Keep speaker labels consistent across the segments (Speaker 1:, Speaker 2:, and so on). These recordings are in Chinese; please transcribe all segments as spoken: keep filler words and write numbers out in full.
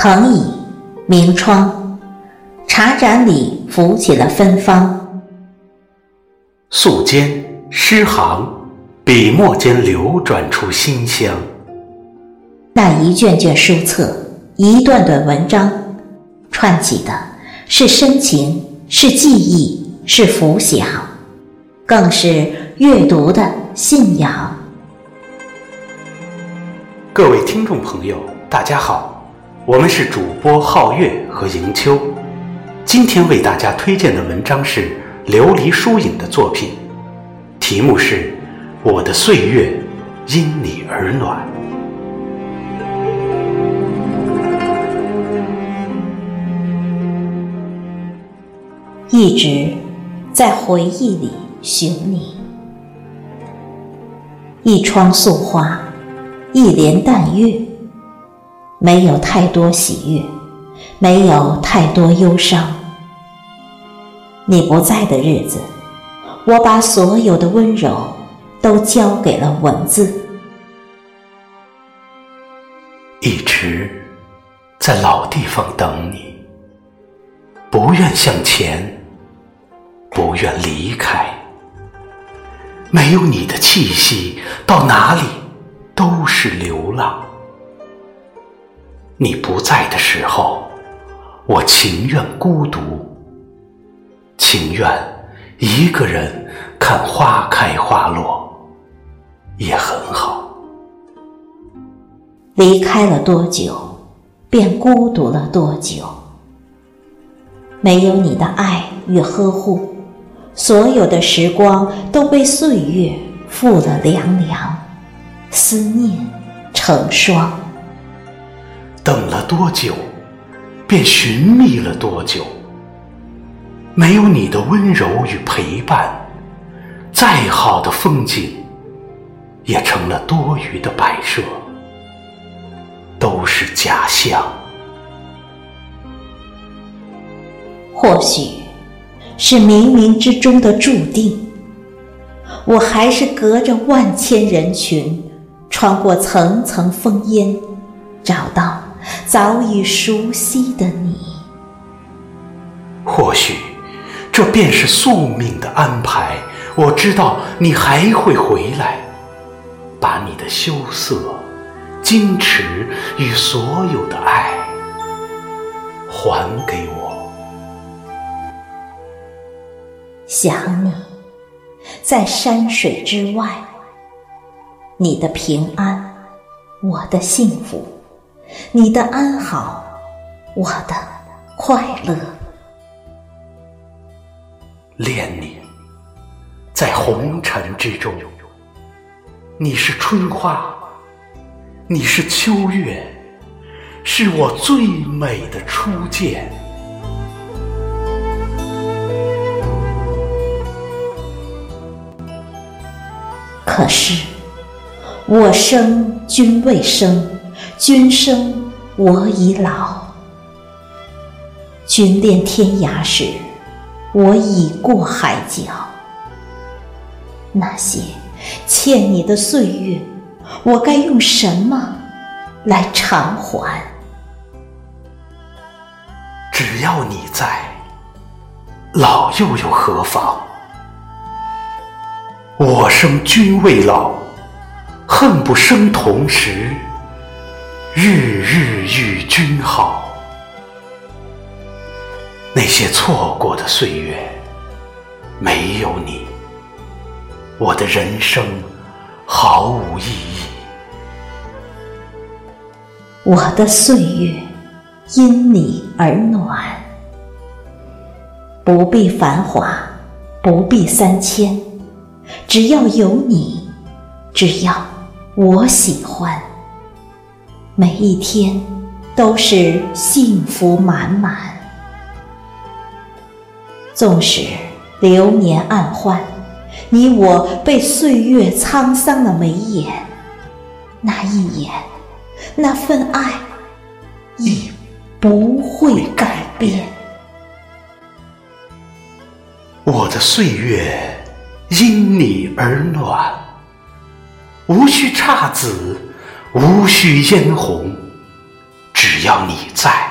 Speaker 1: 藤椅、明窗，茶盏里浮起了芬芳。
Speaker 2: 素笺、诗行，笔墨间流转出馨香。
Speaker 1: 那一卷卷书册，一段段文章，串起的是深情，是记忆，是浮想，更是阅读的信仰。
Speaker 2: 各位听众朋友，大家好，我们是主播皓月和迎秋。今天为大家推荐的文章是琉璃疏影的作品，题目是《我的岁月因你而暖》。
Speaker 1: 一直在回忆里寻你，一窗素花，一帘淡月，没有太多喜悦，没有太多忧伤。你不在的日子，我把所有的温柔都交给了文字。
Speaker 2: 一直在老地方等你，不愿向前，不愿离开。没有你的气息，到哪里都是流浪。你不在的时候，我情愿孤独，情愿一个人看花开花落，也很好。
Speaker 1: 离开了多久，便孤独了多久。没有你的爱与呵护，所有的时光都被岁月负了凉凉，思念成霜。
Speaker 2: 等了多久，便寻觅了多久。没有你的温柔与陪伴，再好的风景也成了多余的摆设，都是假象。
Speaker 1: 或许是冥冥之中的注定，我还是隔着万千人群，穿过层层烽烟，找到早已熟悉的你。
Speaker 2: 或许这便是宿命的安排，我知道你还会回来，把你的羞涩、矜持与所有的爱还给我。
Speaker 1: 想你，在山水之外，你的平安，我的幸福，你的安好，我的快乐。
Speaker 2: 恋你，在红尘之中，你是春花，你是秋月，是我最美的初见。
Speaker 1: 可是我生君未生，君生我已老。君恋天涯时，我已过海角。那些欠你的岁月，我该用什么来偿还？
Speaker 2: 只要你在，老又有何妨？我生君未老，恨不生同时，日日与君好。那些错过的岁月，没有你，我的人生毫无意义。
Speaker 1: 我的岁月因你而暖，不必繁华，不必三千，只要有你，只要我喜欢，每一天都是幸福满满。纵使流年暗换，你我被岁月沧桑了眉眼，那一眼，那份爱亦不会改变。
Speaker 2: 我的岁月因你而暖，无需姹紫，无需嫣红，只要你在，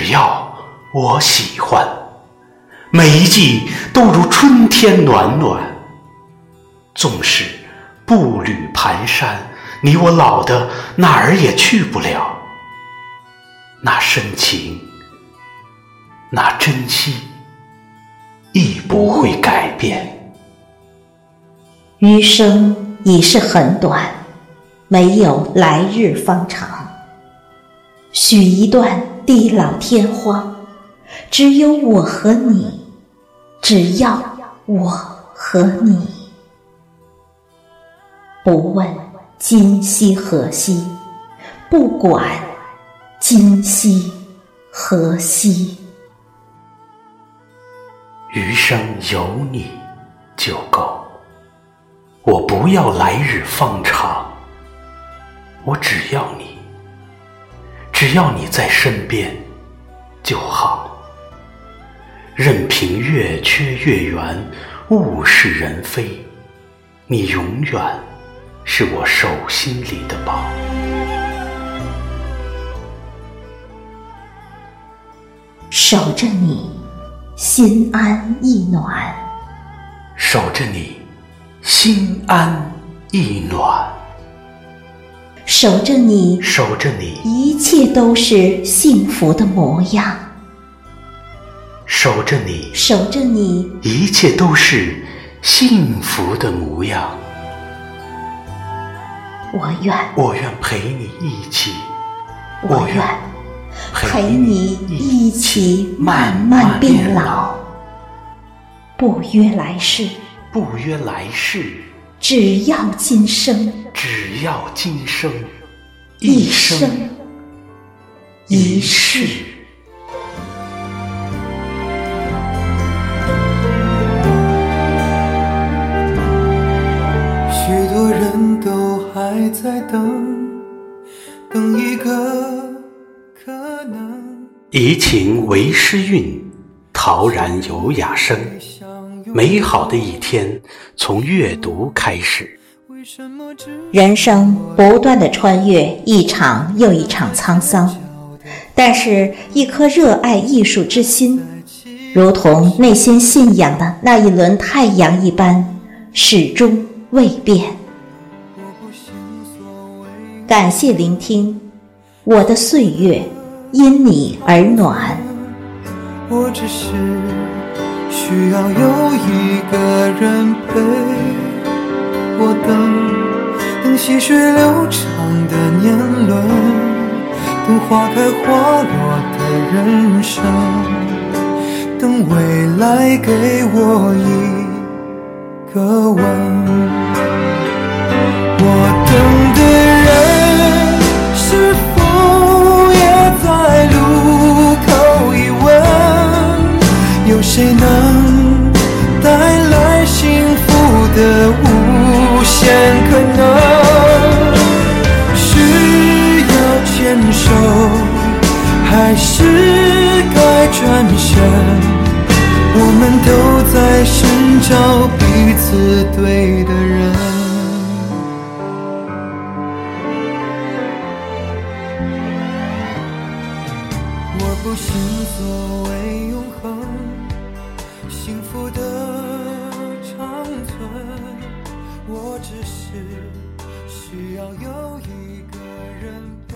Speaker 2: 只要我喜欢，每一季都如春天暖暖。纵使步履蹒跚，你我老的哪儿也去不了。那深情，那珍惜，亦不会改变。
Speaker 1: 余生已是很短，没有来日方长。许一段地老天荒，只有我和你，只要我和你。不问今夕何夕，不管今夕何夕。
Speaker 2: 余生有你就够，我不要来日方长，我只要你，只要你在身边就好。任凭月缺月圆，物是人非，你永远是我手心里的宝。
Speaker 1: 守着你，心安意暖。
Speaker 2: 守着你，心安意暖。
Speaker 1: 守着你，
Speaker 2: 守着你，
Speaker 1: 一切都是幸福的模样。
Speaker 2: 守着你，
Speaker 1: 守着你，
Speaker 2: 一切都是幸福的模样。
Speaker 1: 我愿，
Speaker 2: 我愿陪你一起，
Speaker 1: 我愿陪你一起慢慢变老。不约来世，
Speaker 2: 不约来世，
Speaker 1: 只要今生，
Speaker 2: 只要今生，
Speaker 1: 一生一世。
Speaker 3: 许多人都还在等，等一个可能。
Speaker 2: 怡情为诗韵，陶然有雅声。美好的一天从阅读开始。
Speaker 1: 人生不断地穿越一场又一场沧桑，但是一颗热爱艺术之心，如同内心信仰的那一轮太阳一般，始终未变。感谢聆听，我的岁月因你而暖。
Speaker 3: 我只是需要有一个人陪我等，等细水流长的年轮，等花开花落的人生，等未来给我一个吻。我等的人是否也在路口一问，有谁能带来幸福的无限可能？需要牵手，还是该转身？我们都在寻找彼此对的人。我不信所谓永恒，幸福的长存，我只是需要有一个人陪